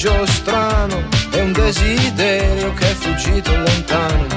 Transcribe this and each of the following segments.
grigio strano, è un desiderio che è fuggito lontano.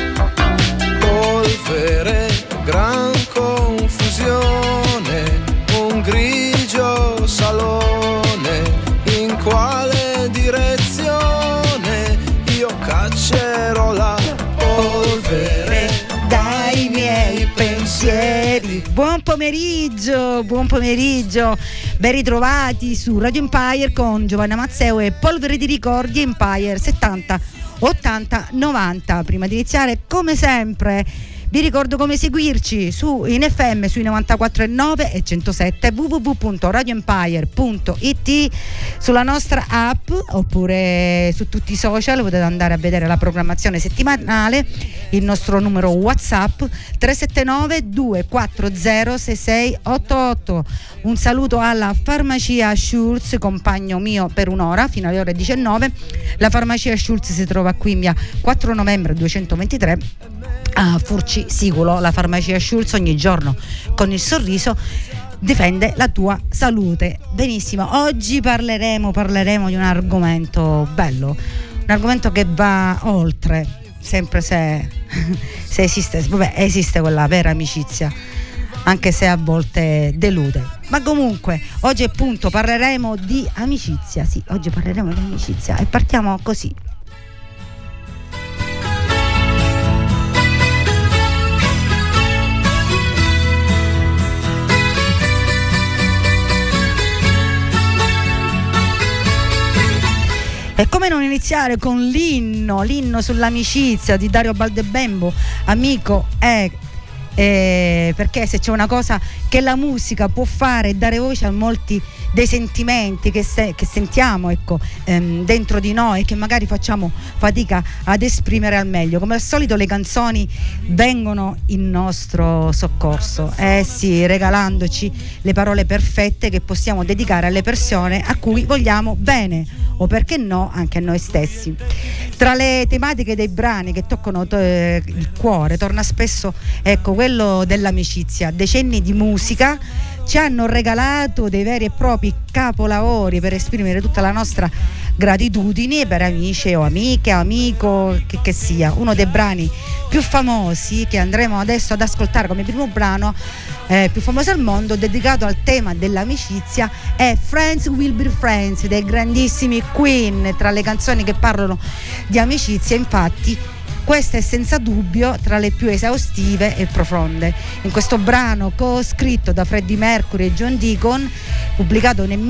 Polvere, gran confusione, un grigio salone, in quale direzione io caccerò la polvere dai miei pensieri. Buon pomeriggio, ben ritrovati su Radio Empire con Giovanna Mazzeo e Polvere di ricordi Empire 70 80 90. Prima di iniziare, come sempre, vi ricordo come seguirci in FM sui 94,9 e 107, www.radioempire.it, sulla nostra app oppure su tutti i social. Potete andare a vedere la programmazione settimanale, il nostro numero WhatsApp 379 240 6688. Un saluto alla farmacia Schulz, compagno mio per un'ora fino alle ore 19. La farmacia Schulz si trova qui in via 4 novembre 223 a Furci Siculo. La farmacia Schulz ogni giorno con il sorriso difende la tua salute. Benissimo, oggi parleremo di un argomento bello, un argomento che va oltre, sempre se esiste, esiste quella vera amicizia, anche se a volte delude. Ma comunque oggi appunto parleremo di amicizia. Sì, oggi parleremo di amicizia e partiamo così. E come non iniziare con l'inno sull'amicizia di Dario Baldebembo, amico perché se c'è una cosa che la musica può fare è dare voce a molti dei sentimenti che sentiamo, ecco, dentro di noi, e che magari facciamo fatica ad esprimere al meglio. Come al solito le canzoni vengono in nostro soccorso, sì, regalandoci le parole perfette che possiamo dedicare alle persone a cui vogliamo bene, o perché no anche a noi stessi. Tra le tematiche dei brani che toccano il cuore torna spesso, ecco, quello dell'amicizia. Decenni di musica ci hanno regalato dei veri e propri capolavori per esprimere tutta la nostra gratitudine per amici o amiche, amico che sia. Uno dei brani più famosi che andremo adesso ad ascoltare come primo brano più famoso al mondo, dedicato al tema dell'amicizia, è Friends Will Be Friends dei grandissimi Queen. Tra le canzoni che parlano di amicizia, infatti, questa è senza dubbio tra le più esaustive e profonde. In questo brano, co-scritto da Freddie Mercury e John Deacon, pubblicato nel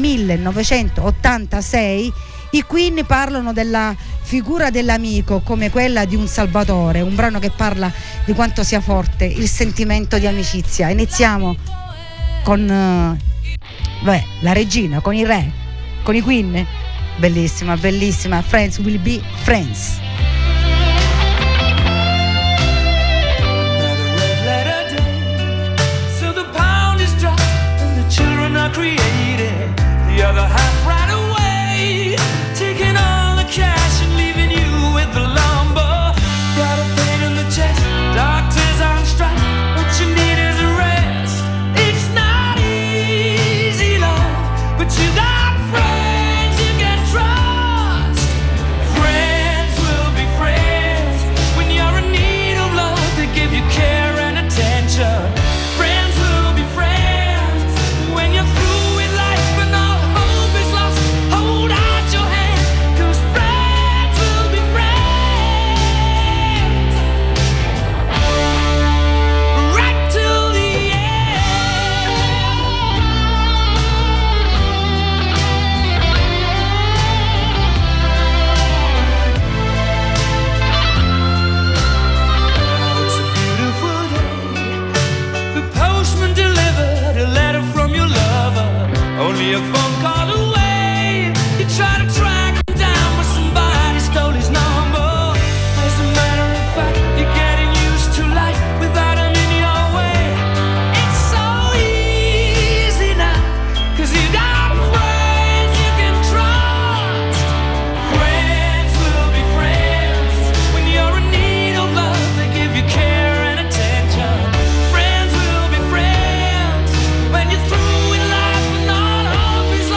1986, i Queen parlano della figura dell'amico come quella di un salvatore, un brano che parla di quanto sia forte il sentimento di amicizia. Iniziamo con la regina, con i re, con i Queen. Bellissima, Friends Will Be Friends. Created the other half right away, taking all the cash and leaving you with the lumber. Got a pain in the chest, doctors on strike, what you need is a rest. It's not easy, love, but you got friends you can trust. Friends will be friends when you're in need of love. They give you care and attention. Friends will be friends when you're through with life and all hope is lost. Hold out your hand, 'cause friends will be friends right till the end. It's a beautiful day. The postman delivered a letter from your lover, only a phone call away. You try to track him down, but somebody stole his number. As a matter of fact, you're getting used to life without him in your way. It's so easy now, 'cause you got friends you can trust. Friends will be friends when you're in need of love. They give you care and attention. Friends will be friends when you're through with life and all hope is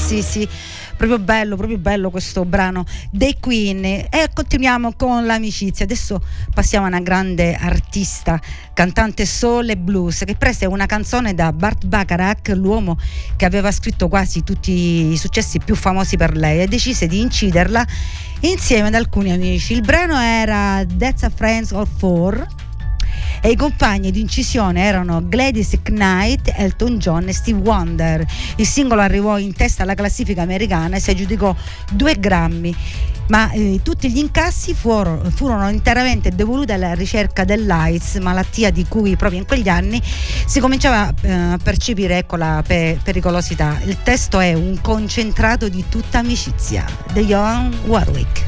sì, proprio bello questo brano dei Queen. E continuiamo con l'amicizia. Adesso passiamo a una grande artista, cantante soul e blues, che prese una canzone da Burt Bacharach, l'uomo che aveva scritto quasi tutti i successi più famosi per lei, e decise di inciderla insieme ad alcuni amici. Il brano era That's a Friends of Four e i compagni di incisione erano Gladys Knight, Elton John e Steve Wonder. Il singolo arrivò in testa alla classifica americana e si aggiudicò 2 Grammy, ma tutti gli incassi furono interamente devoluti alla ricerca dell'AIDS, malattia di cui proprio in quegli anni si cominciava a percepire, ecco, la pericolosità. Il testo è un concentrato di tutta amicizia, The Young Warwick.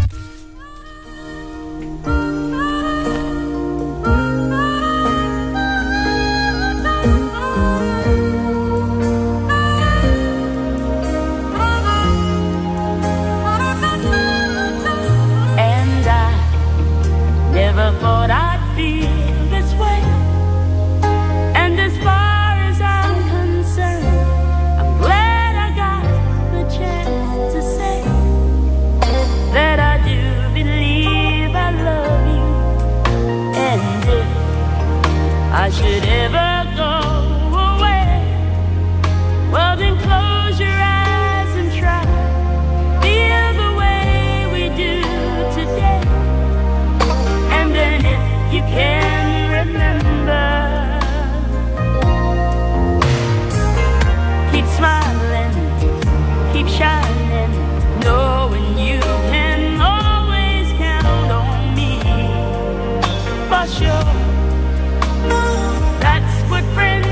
Thought I'd feel this way, and as far as I'm concerned, I'm glad I got the chance to say that I do believe I love you, and if I should ever go away, well then close your eyes and try, feel the way we do today. You can remember, keep smiling, keep shining, knowing you can always count on me, for sure. That's what friends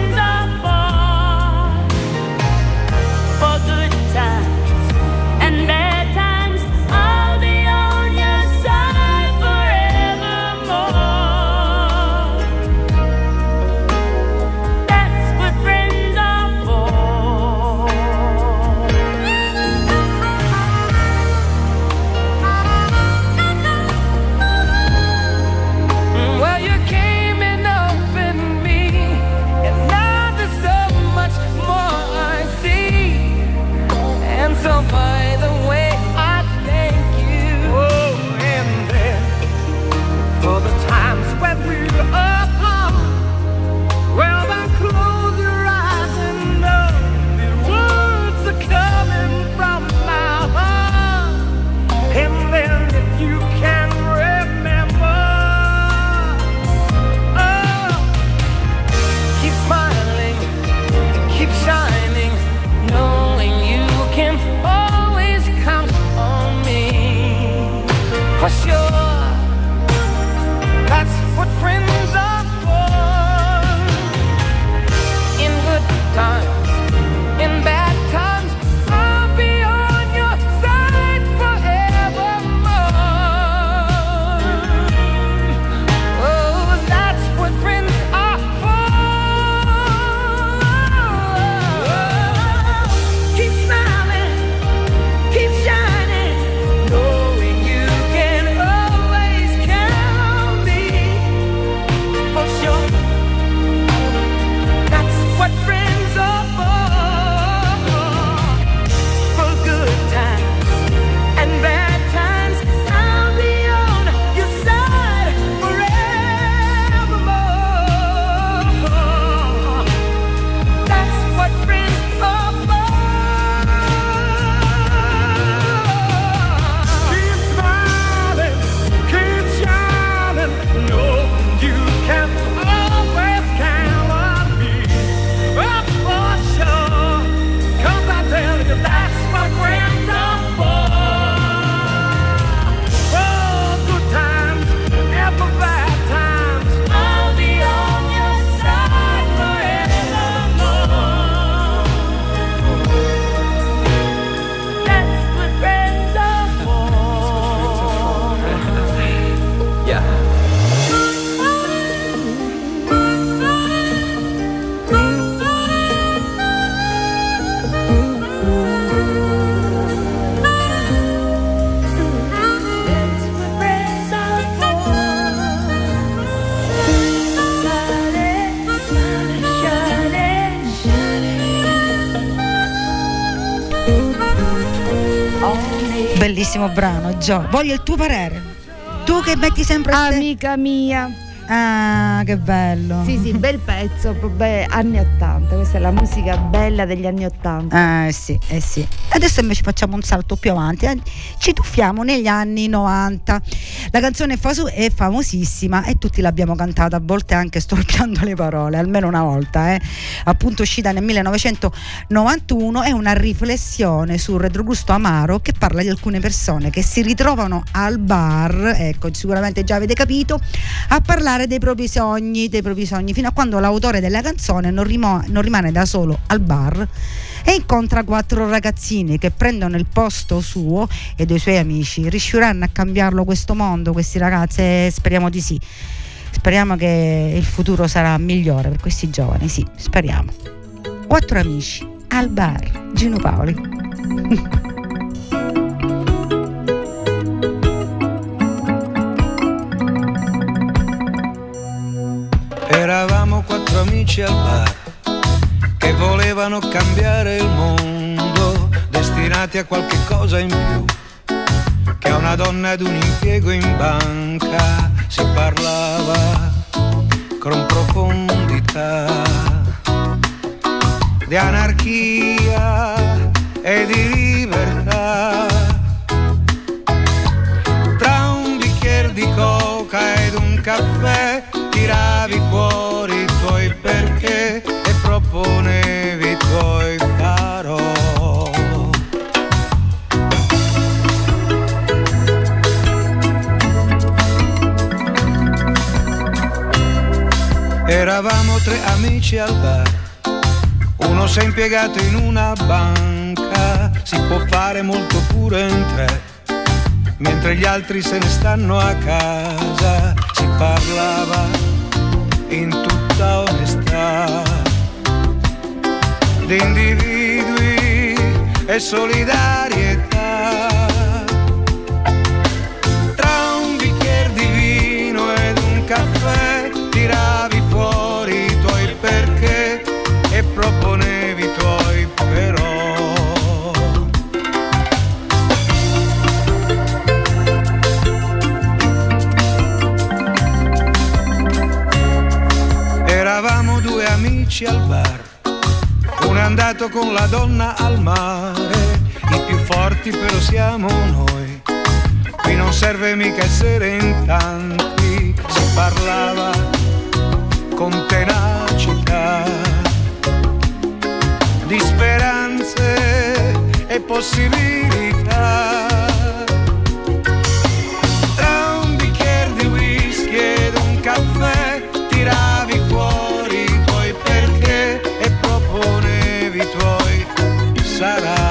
Bellissimo brano, Gio. Voglio il tuo parere. Tu che metti sempre Amica mia. Ah, che bello. Sì, bel pezzo, anni 80. Questa è la musica bella degli anni 80. Sì. Adesso invece facciamo un salto più avanti. Ci tuffiamo negli anni 90. La canzone è famosissima e tutti l'abbiamo cantata, a volte anche storpiando le parole, almeno una volta. Appunto uscita nel 1991, è una riflessione sul retrogusto amaro che parla di alcune persone che si ritrovano al bar, ecco, sicuramente già avete capito, a parlare dei propri sogni, fino a quando l'autore della canzone non rimane da solo al bar e incontra 4 ragazzini che prendono il posto suo e dei suoi amici. Riusciranno a cambiarlo questo mondo, questi ragazzi? Speriamo di sì. Speriamo che il futuro sarà migliore per questi giovani, sì, speriamo. 4 amici al bar, Gino Paoli. Eravamo 4 amici al bar che volevano cambiare il mondo, destinati a qualche cosa in più che a una donna ed un impiego in banca. Si parlava con profondità di anarchia e di libertà. Tra un bicchiere di coca ed un caffè tiravi fuori i tuoi perché e proponevi i tuoi farò. Eravamo 3 amici al bar, uno si è impiegato in una banca, si può fare molto pure in 3, mentre gli altri se ne stanno a casa. Si parlava in tutta onestà di individui e solidarietà. Tra un bicchiere di vino ed un caffè tiravi fuori i tuoi perché e proponevi i tuoi però. Eravamo 2 amici al bar, uno è andato con la donna al mare, i più forti però siamo noi, qui non serve mica essere in tanti. Si parlava con tenacità di speranze e possibilità. Tra un bicchiere di whisky ed un caffè tiravi fuori i tuoi perché e proponevi i tuoi sarà.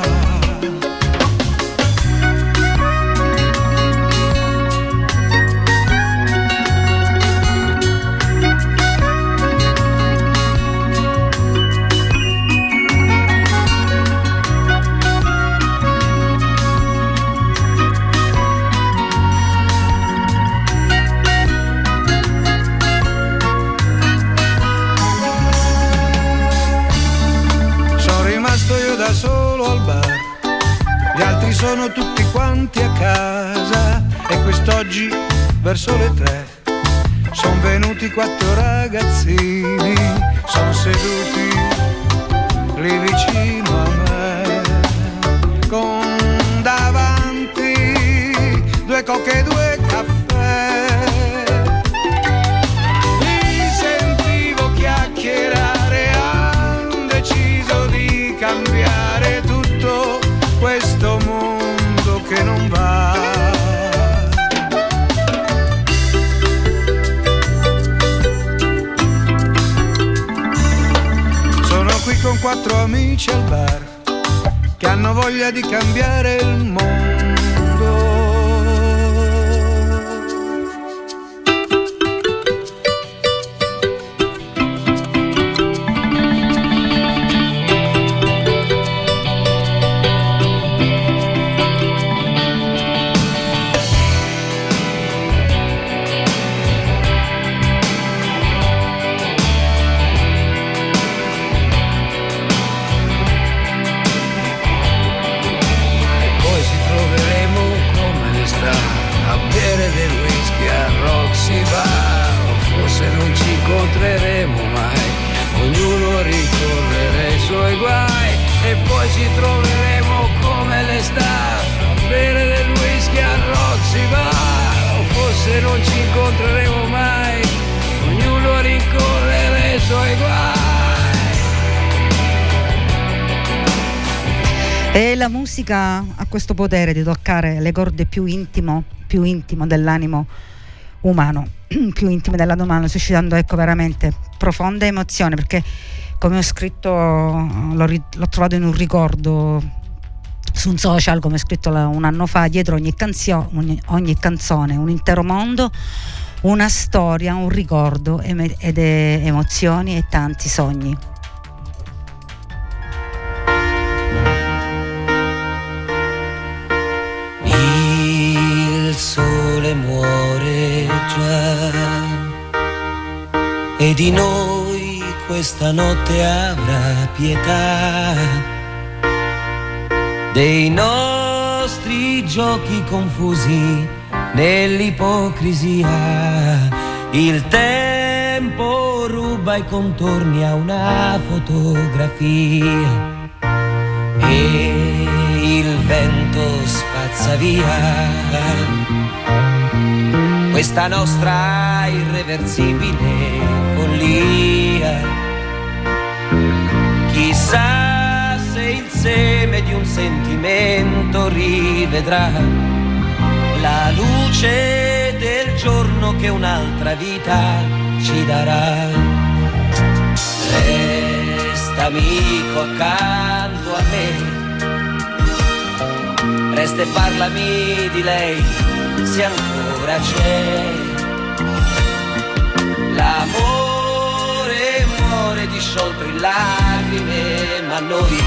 Da solo al bar, gli altri sono tutti quanti a casa e quest'oggi verso le 3 son venuti 4 ragazzini, son seduti lì vicino a me con davanti 2 coche e 2 caffè. Li sentivo chiacchierare, han deciso di cambiare tutto questo mondo che non va. Sono qui con 4 amici al bar che hanno voglia di cambiare il mondo. E la musica ha questo potere di toccare le corde più intimo dell'animo umano, più intime dell'animo umano, suscitando veramente profonda emozione, perché come ho scritto, l'ho trovato in un ricordo su un social, come ho scritto un anno fa: dietro ogni canzone un intero mondo, una storia, un ricordo ed emozioni e tanti sogni. Il sole muore già e di noi questa notte avrà pietà, dei nostri giochi confusi nell'ipocrisia. Il tempo ruba i contorni a una fotografia e il vento spazza via questa nostra irreversibile follia. Chissà se il seme di un sentimento rivedrà la luce del giorno che un'altra vita ci darà. Resta amico accanto a me, resta e parlami di lei se ancora c'è. L'amore muore disciolto in lacrime, ma noi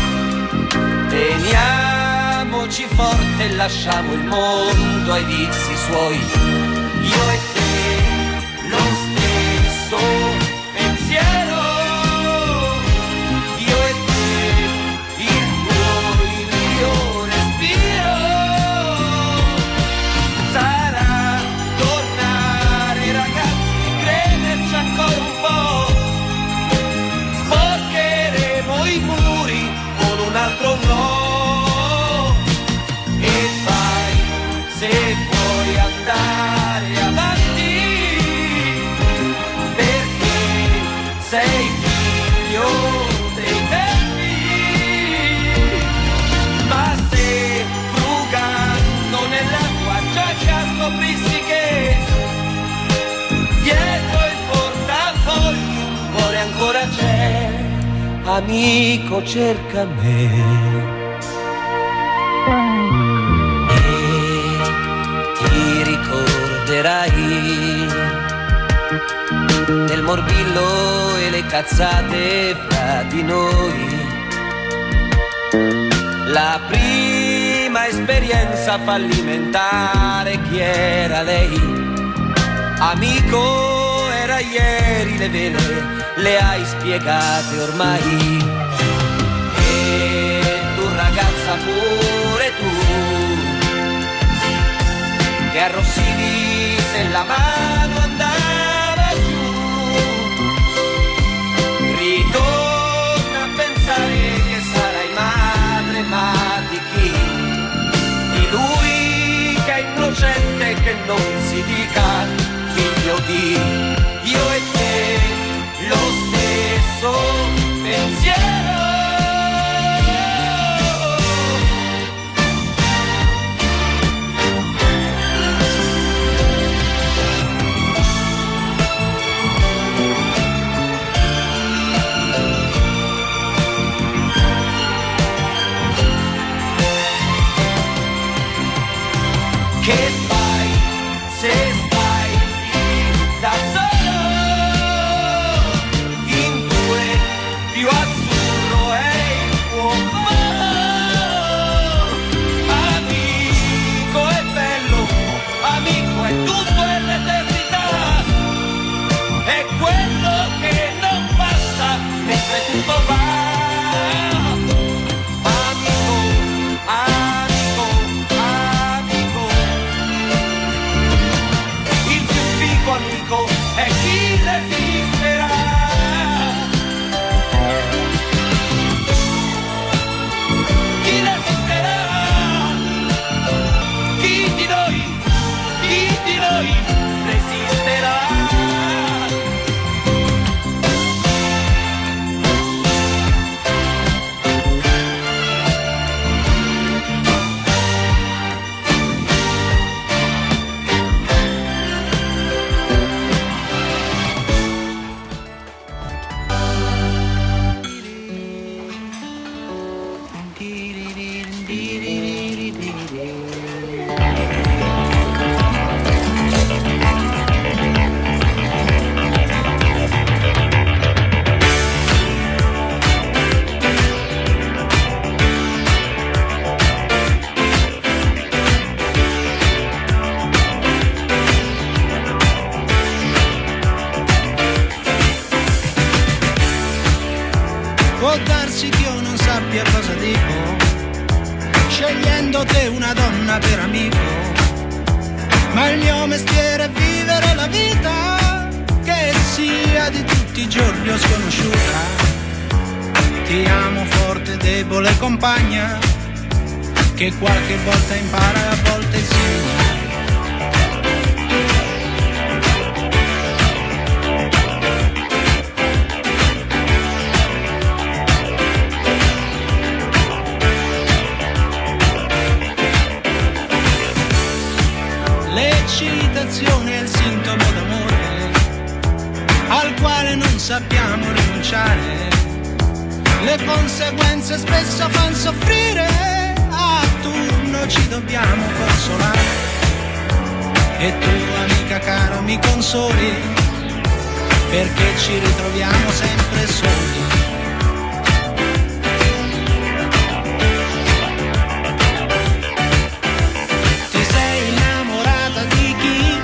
teniamoci forte e lasciamo il mondo ai vizi suoi. Io e te lo stesso pensiero, io e te il tuo, il mio respiro. Sarà tornare ragazzi, crederci ancora un po', sporcheremo i muri con un altro no. E vai se puoi andare avanti, perché sei figlio dei tempi. Ma se frugando nella tua giacca scoprissi che dietro il portafoglio un cuore ancora c'è, amico cerca me. Del morbillo e le cazzate fra di noi, la prima esperienza fallimentare, chi era lei? Amico era ieri, le vele le hai spiegate ormai. E tu ragazza pure tu, che arrossivi se la mano andava giù, ritorna a pensare che sarai madre, ma di chi? Di lui che è innocente, che non si dica figlio di. Io e te lo stesso pensiero. Che fai se stai lì da solo? Può darsi che io non sappia cosa dico, scegliendo te una donna per amico, ma il mio mestiere è vivere la vita, che sia di tutti i giorni o sconosciuta. Ti amo forte, debole compagna, che qualche volta impara e a volte insegna. L'eccitazione è il sintomo d'amore al quale non sappiamo rinunciare. Le conseguenze spesso fanno soffrire, a turno ci dobbiamo consolare. E tu, amica cara, mi consoli, perché ci ritroviamo sempre soli. Ti sei innamorata di chi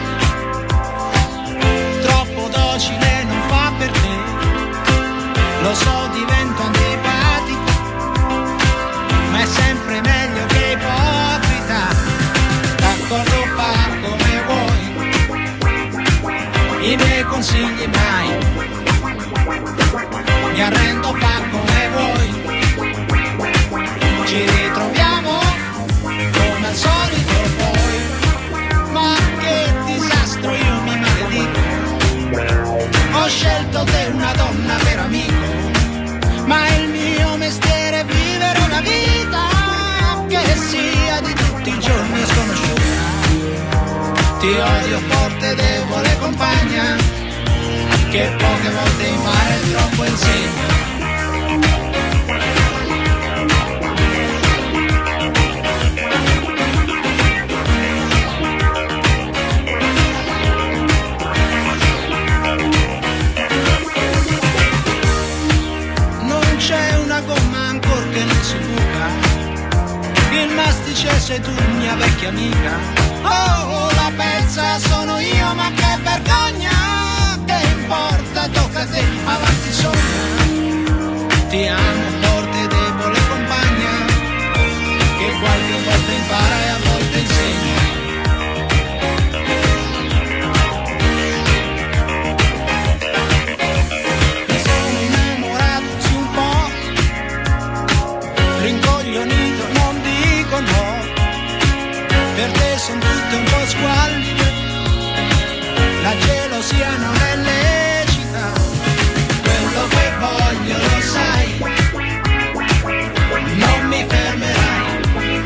troppo docile non fa per te. Lo so, divento antipatico, ma è sempre meglio che ipocrita. D'accordo, fa come vuoi, i miei consigli mai. Mi arrendo, fa come vuoi. Ci ritroviamo come al solito poi. Ma che disastro, io mi maledico. Ho scelto te una donna per amico, ma il mio mestiere è vivere una vita, che sia di tutti i giorni sconosciuta. Ti odio forte, debole compagna, che poche volte impara e troppo insegna. Il mastice sei tu, mia vecchia amica. Oh, la pezza sono io, ma che vergogna. Che importa, tocca a te, avanti sogna. Ti amo forte, debole compagna, che qualche volta impara e a volte insegna. Mi sono innamorato sì un po', rincoglionito, non dico no. Per te son tutte un po' squallide, la gelosia non è lecita. Quello che voglio lo sai, non mi fermerai.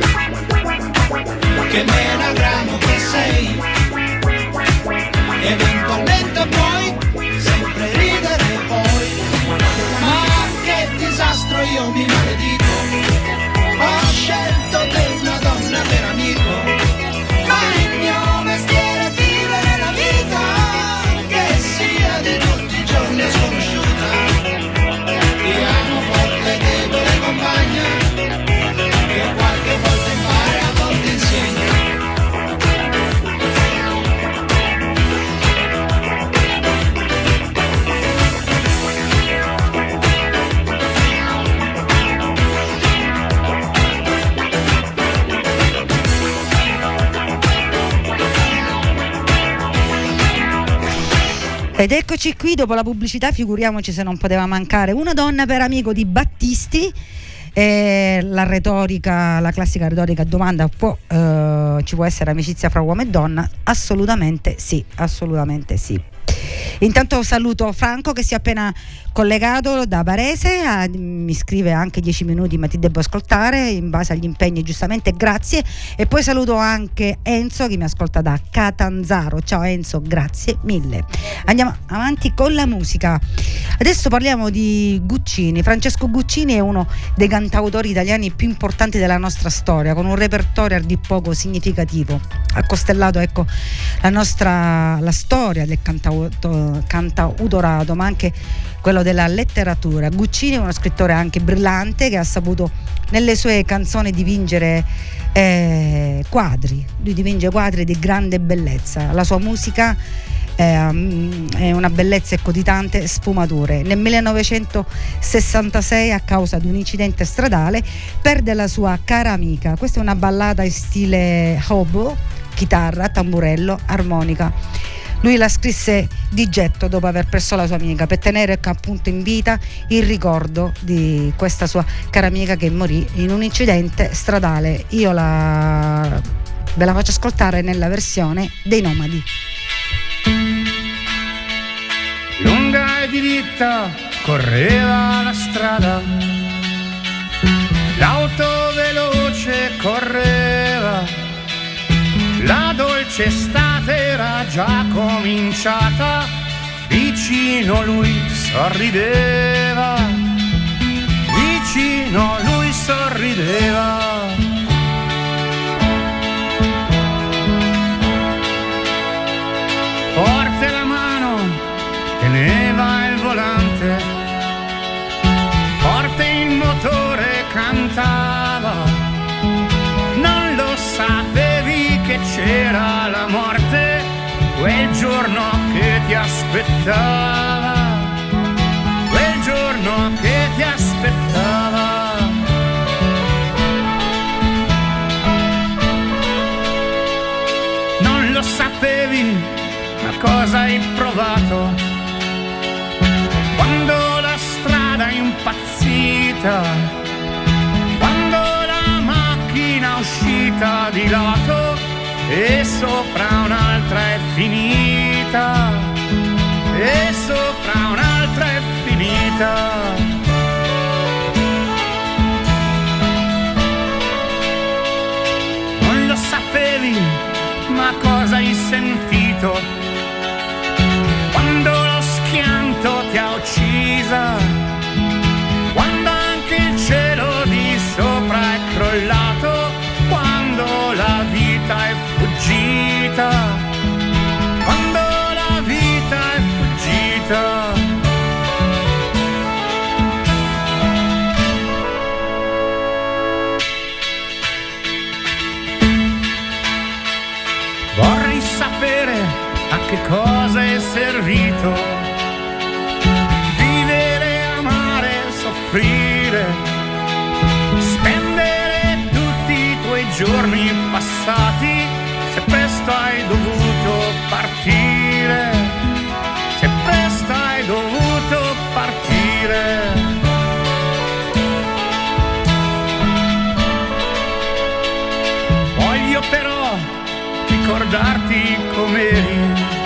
Che menagramo che sei, eventualmente puoi sempre ridere poi. Ma che disastro, io mi maledico. Ho scelto te una donna per amico, ma il mio mestiere è vivere la vita, che sia di tutti i giorni sconosciuta. Ti amo forte, debole compagna, che qualche volta impara e a volte insegna. Ed eccoci qui dopo la pubblicità, figuriamoci se non poteva mancare Una donna per amico di Battisti. La retorica, la classica retorica domanda: ci può essere amicizia fra uomo e donna? Assolutamente sì, assolutamente sì. Intanto saluto Franco che si è appena collegato da Varese, mi scrive anche 10 minuti ma ti devo ascoltare in base agli impegni, giustamente, grazie. E poi saluto anche Enzo che mi ascolta da Catanzaro. Ciao Enzo, grazie mille. Andiamo avanti con la musica. Adesso parliamo di Guccini. Francesco Guccini è uno dei cantautori italiani più importanti della nostra storia, con un repertorio a dir poco significativo. Ha costellato, ecco, la storia del cantautorato, ma anche quello della letteratura. Guccini è uno scrittore anche brillante che ha saputo nelle sue canzoni dipingere quadri. Lui dipinge quadri di grande bellezza. La sua musica è una bellezza, ecco, di tante sfumature. Nel 1966, a causa di un incidente stradale, perde la sua cara amica. Questa è una ballata in stile hobo, chitarra, tamburello, armonica. Lui la scrisse di getto dopo aver perso la sua amica, per tenere appunto in vita il ricordo di questa sua cara amica che morì in un incidente stradale. Ve la faccio ascoltare nella versione dei Nomadi. Lunga e diritta correva la strada, l'auto veloce correva, la dolce estate era già cominciata, vicino lui sorrideva, vicino lui sorrideva. Forte la mano, teneva il volante, forte il motore cantava, non lo sapevi che c'era la morte quel giorno che ti aspettava, quel giorno che ti aspettava. Non lo sapevi, ma cosa hai provato quando la strada è impazzita, quando la macchina è uscita di lato e sopra un'altra è finita, e sopra un'altra è finita. Non lo sapevi, ma cosa hai sentito quando lo schianto ti ha uccisa, quando anche il cielo di sopra è crollato, quando la vita è fuggita, quando la vita è fuggita. Vorrei sapere a che cosa è servito vivere, amare, soffrire, spendere tutti i tuoi giorni passati, se presto hai dovuto partire, se presto hai dovuto partire. Voglio però ricordarti com'eri,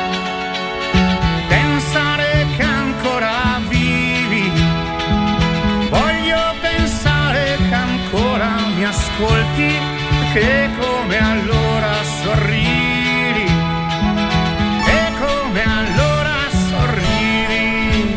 pensare che ancora vivi, voglio pensare che ancora mi ascolti, che come allora sorridi, e come allora sorridi.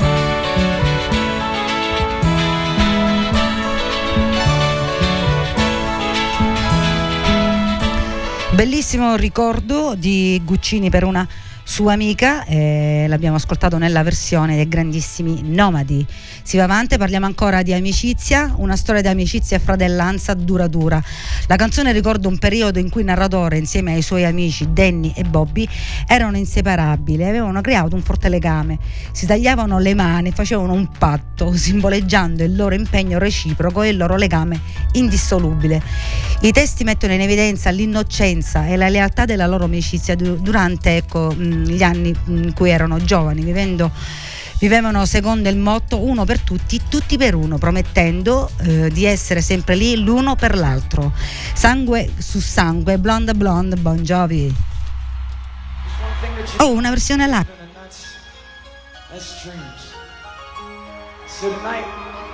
Bellissimo ricordo di Guccini per una sua amica, l'abbiamo ascoltato nella versione dei grandissimi Nomadi. Si va avanti, parliamo ancora di amicizia, una storia di amicizia e fratellanza dura. La canzone ricorda un periodo in cui il narratore insieme ai suoi amici Danny e Bobby erano inseparabili, avevano creato un forte legame, si tagliavano le mani, facevano un patto simboleggiando il loro impegno reciproco e il loro legame indissolubile. I testi mettono in evidenza l'innocenza e la lealtà della loro amicizia durante gli anni in cui erano giovani, vivevano secondo il motto uno per tutti, tutti per uno, promettendo di essere sempre lì l'uno per l'altro. Sangue su sangue, Blonde Blonde, Bon Jovi. Oh, una versione là. That's dreams. So tonight,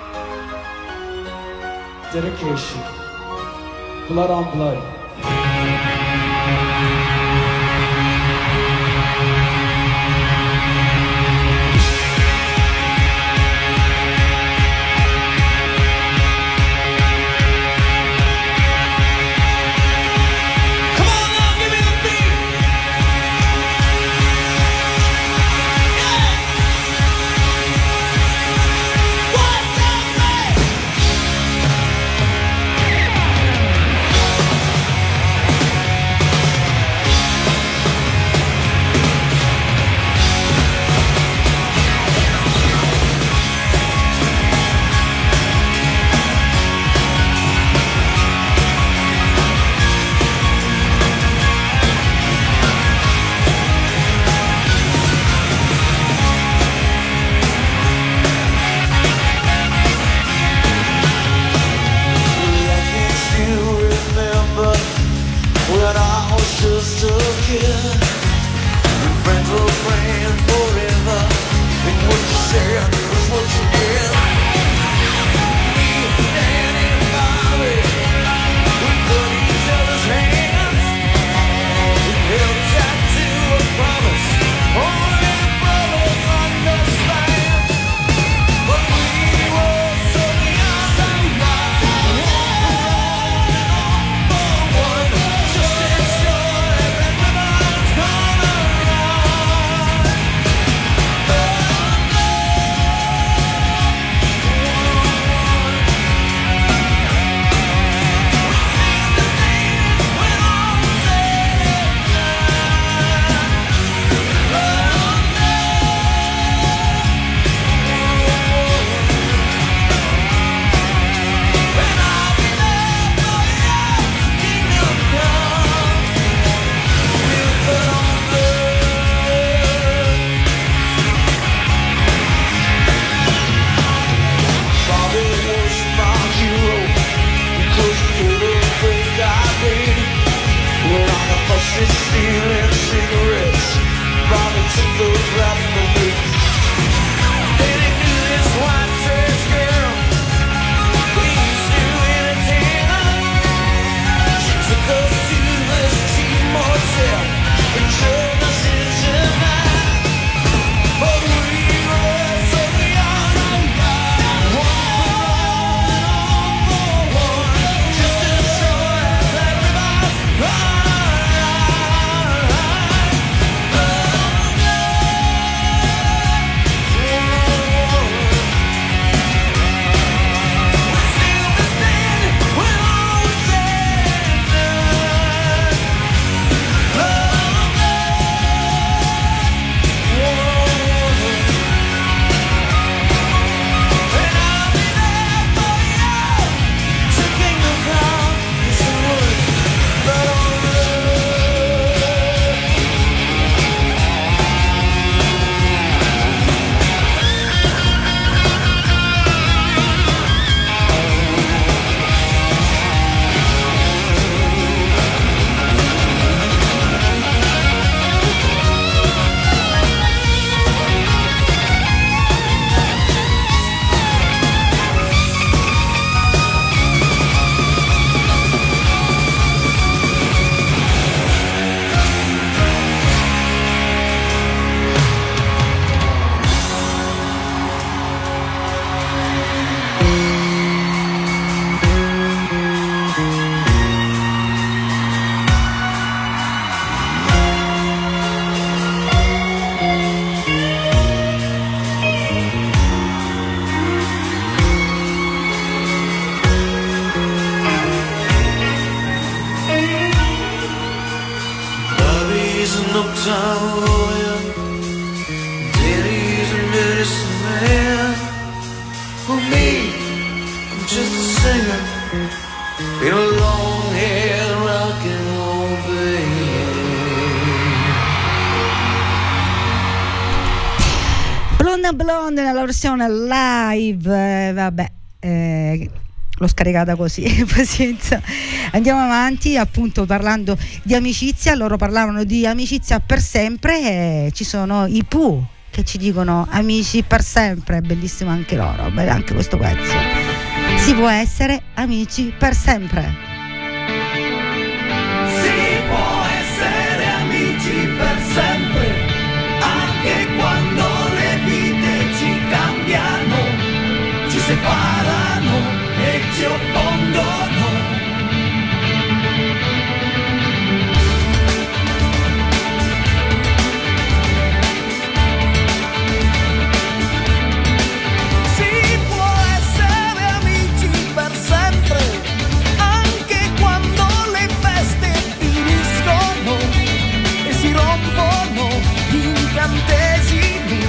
dedication, blood on blood. Bond nella versione live, l'ho scaricata così, pazienza. Andiamo avanti, appunto parlando di amicizia. Loro parlavano di amicizia per sempre e ci sono i Pooh che ci dicono amici per sempre. Bellissimo anche loro, anche questo pezzo. Si può essere amici per sempre. Si può essere amici per sempre, anche quando le vite ci cambiano, ci separano e ci oppongono. Si può essere amici per sempre, anche quando le feste finiscono e si rompono incantesimi.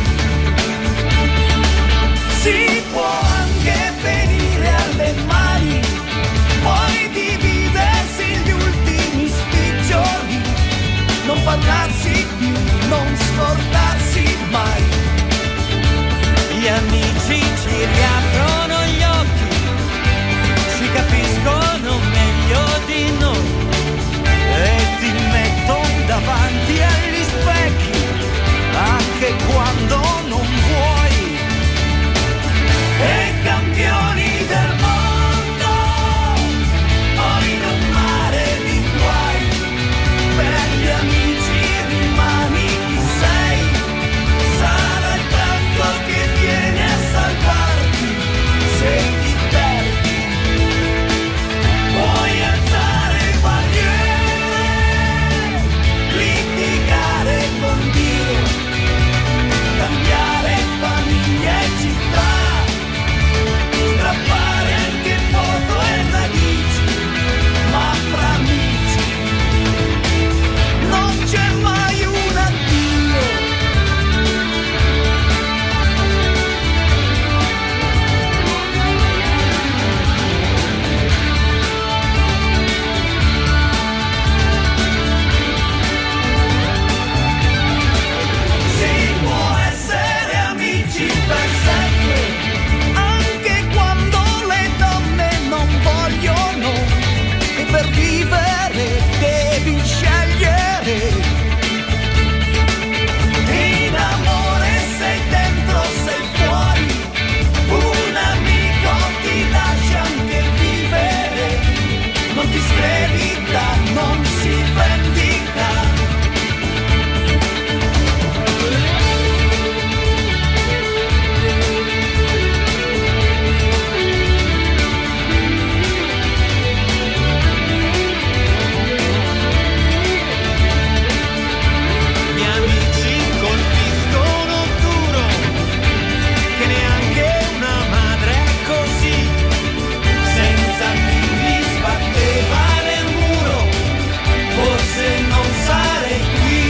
Si può anche venire alle mani, poi dividersi gli ultimi spiccioli, non parlarsi più, non scordarsi mai. Gli amici ci riaprono gli occhi, ci capiscono meglio di noi e ti mettono davanti agli specchi, anche quando non vuoi. E campioni del mondo, o in un mare di guai, per gli amici rimani chi sei, sarà il branco che viene a salvarti, se ti perdi, puoi alzare bandiere, litigare con Dio, cambiare famiglia e città, strappare anche foto e radici, ma fra amici non c'è mai un addio. Si può essere amici per sempre, anche quando le donne non vogliono, e per vivere devi scegliere. In amore sei dentro, sei fuori, un amico ti lascia anche vivere, non ti scredita, non si vendica. Gli amici colpiscono duro, che neanche una madre è così, senza chi mi sbatteva nel muro, forse non sarei qui.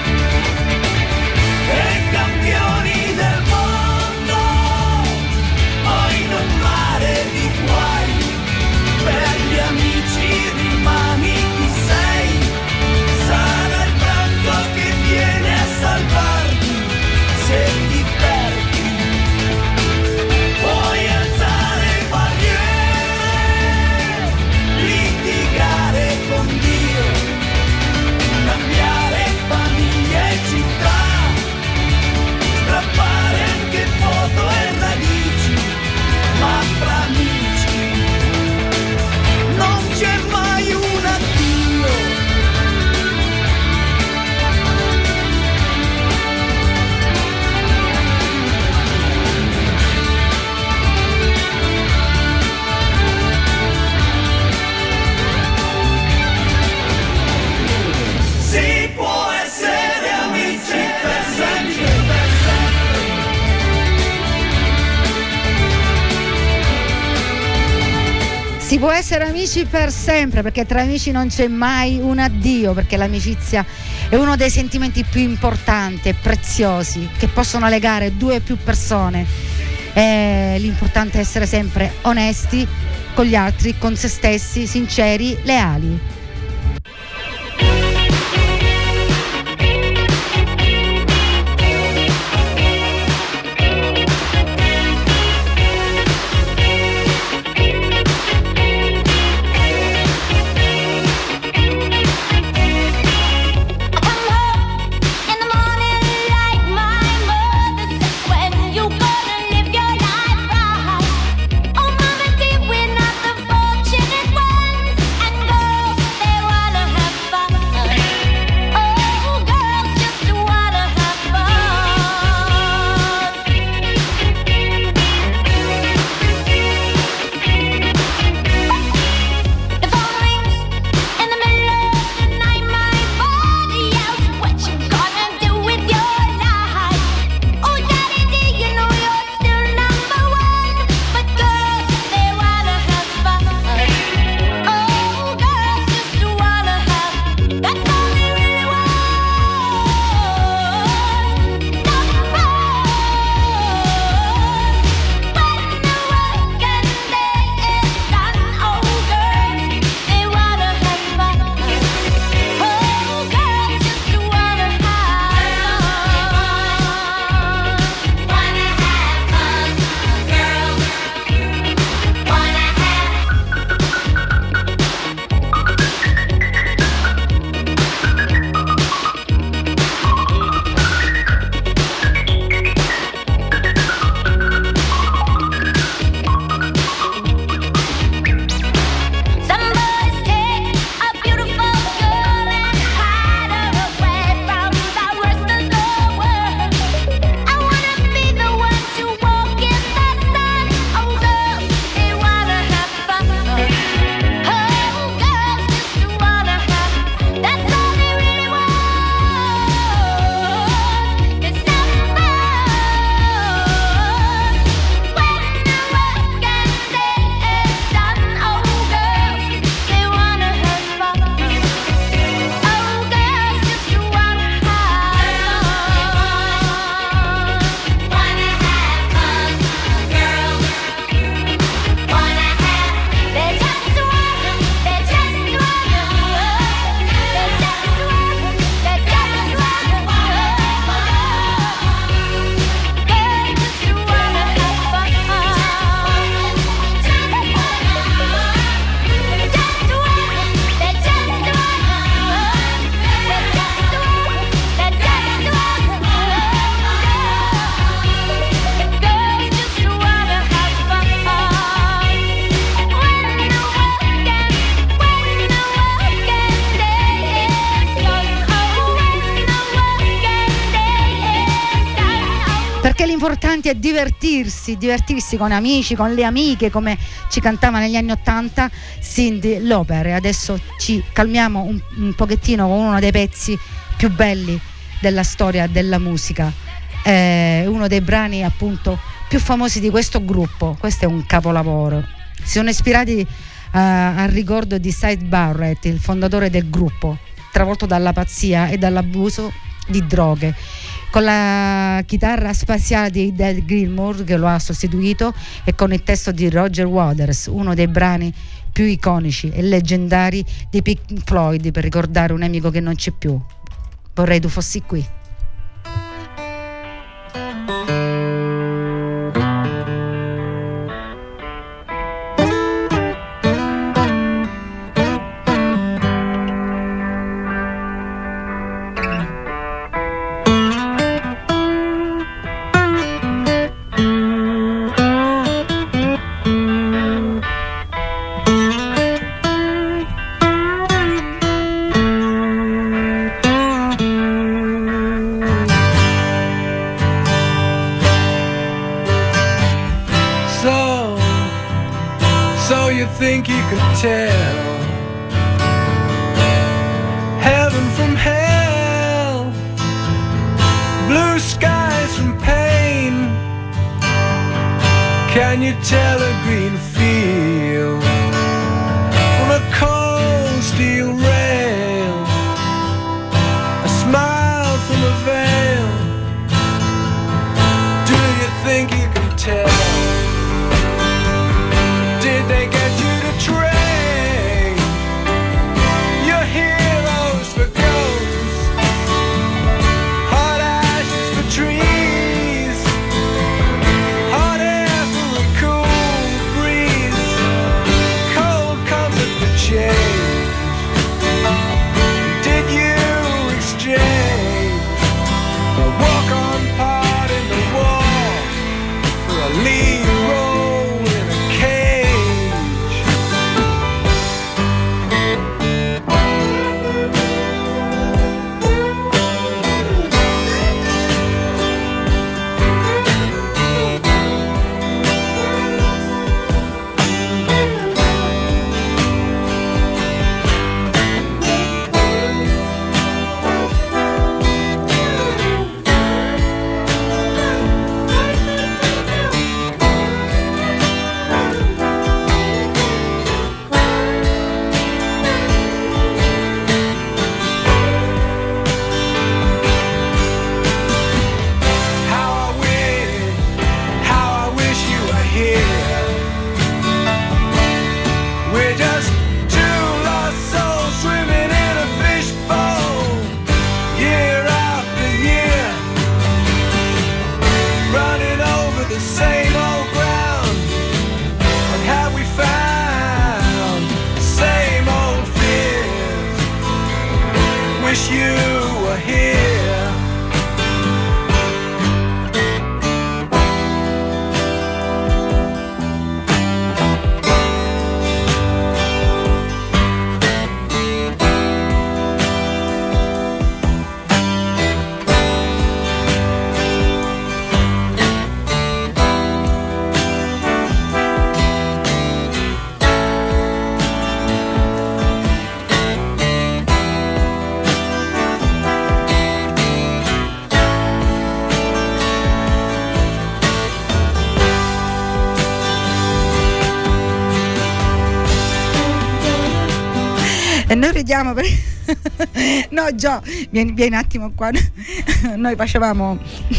E campioni del mondo, o in un mare di guai, per gli amici rimani chi sei, sarà il branco che viene a salvarti, se ti perdi, puoi alzare bandiere, litigare con Dio, cambiare famiglia e città, strappare anche foto e radici, ma fra amici non c'è mai un addio. Si può essere amici per sempre, per sempre. Si può essere amici per sempre, perché tra amici non c'è mai un addio, perché l'amicizia è uno dei sentimenti più importanti e preziosi che possono legare due o più persone. E l'importante è essere sempre onesti con gli altri, con se stessi, sinceri, leali. importante è divertirsi con amici, con le amiche, come ci cantava negli anni '80 Cyndi Lauper. E adesso ci calmiamo un pochettino con uno dei pezzi più belli della storia della musica, uno dei brani appunto più famosi di questo gruppo. Questo è un capolavoro. Si sono ispirati al ricordo di Syd Barrett, il fondatore del gruppo, travolto dalla pazzia e dall'abuso di droghe, con la chitarra spaziale di Dave Gilmour che lo ha sostituito e con il testo di Roger Waters, uno dei brani più iconici e leggendari di Pink Floyd, per ricordare un amico che non c'è più. Vorrei tu fossi qui. Think you can tell heaven from hell, blue skies from pain? Can you tell a green field from a cold steel rail, a smile from a veil? Do you think you can tell? Did they get you to trade your heroes for ghosts, hot ashes for trees, hot air for a cool breeze, cold comfort for change? Did you exchange a walk-on part in the wall for a lead role in a cage? E noi ridiamo per... No, Gio, vieni un attimo qua. Noi facevamo...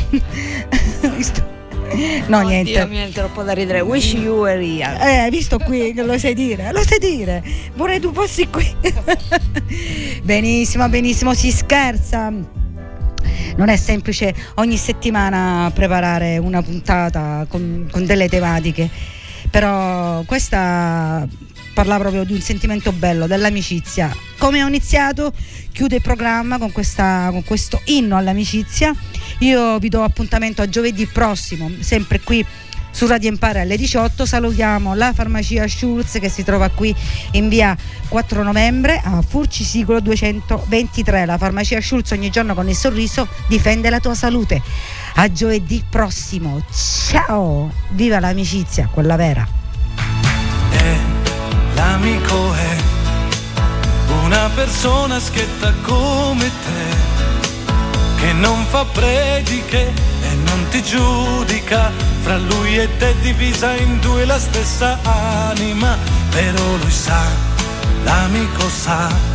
No, oddio, niente. Mi è troppo da ridere. Wish you were here. Hai visto qui che lo sai dire? Lo sai dire? Vorrei tu fossi qui. Benissimo, benissimo, si scherza. Non è semplice ogni settimana preparare una puntata con delle tematiche, però questa parla proprio di un sentimento bello, dell'amicizia. Come ho iniziato, chiudo il programma con questo inno all'amicizia. Io vi do appuntamento a giovedì prossimo, sempre qui su Radio Empare alle 18. Salutiamo la farmacia Schulz che si trova qui in via 4 novembre a Furcisicolo 223. La farmacia Schulz, ogni giorno con il sorriso difende la tua salute. A giovedì prossimo, ciao, viva l'amicizia, quella vera. L'amico è una persona schietta come te, che non fa prediche e non ti giudica. Fra lui e te divisa in due la stessa anima, però lui sa, l'amico sa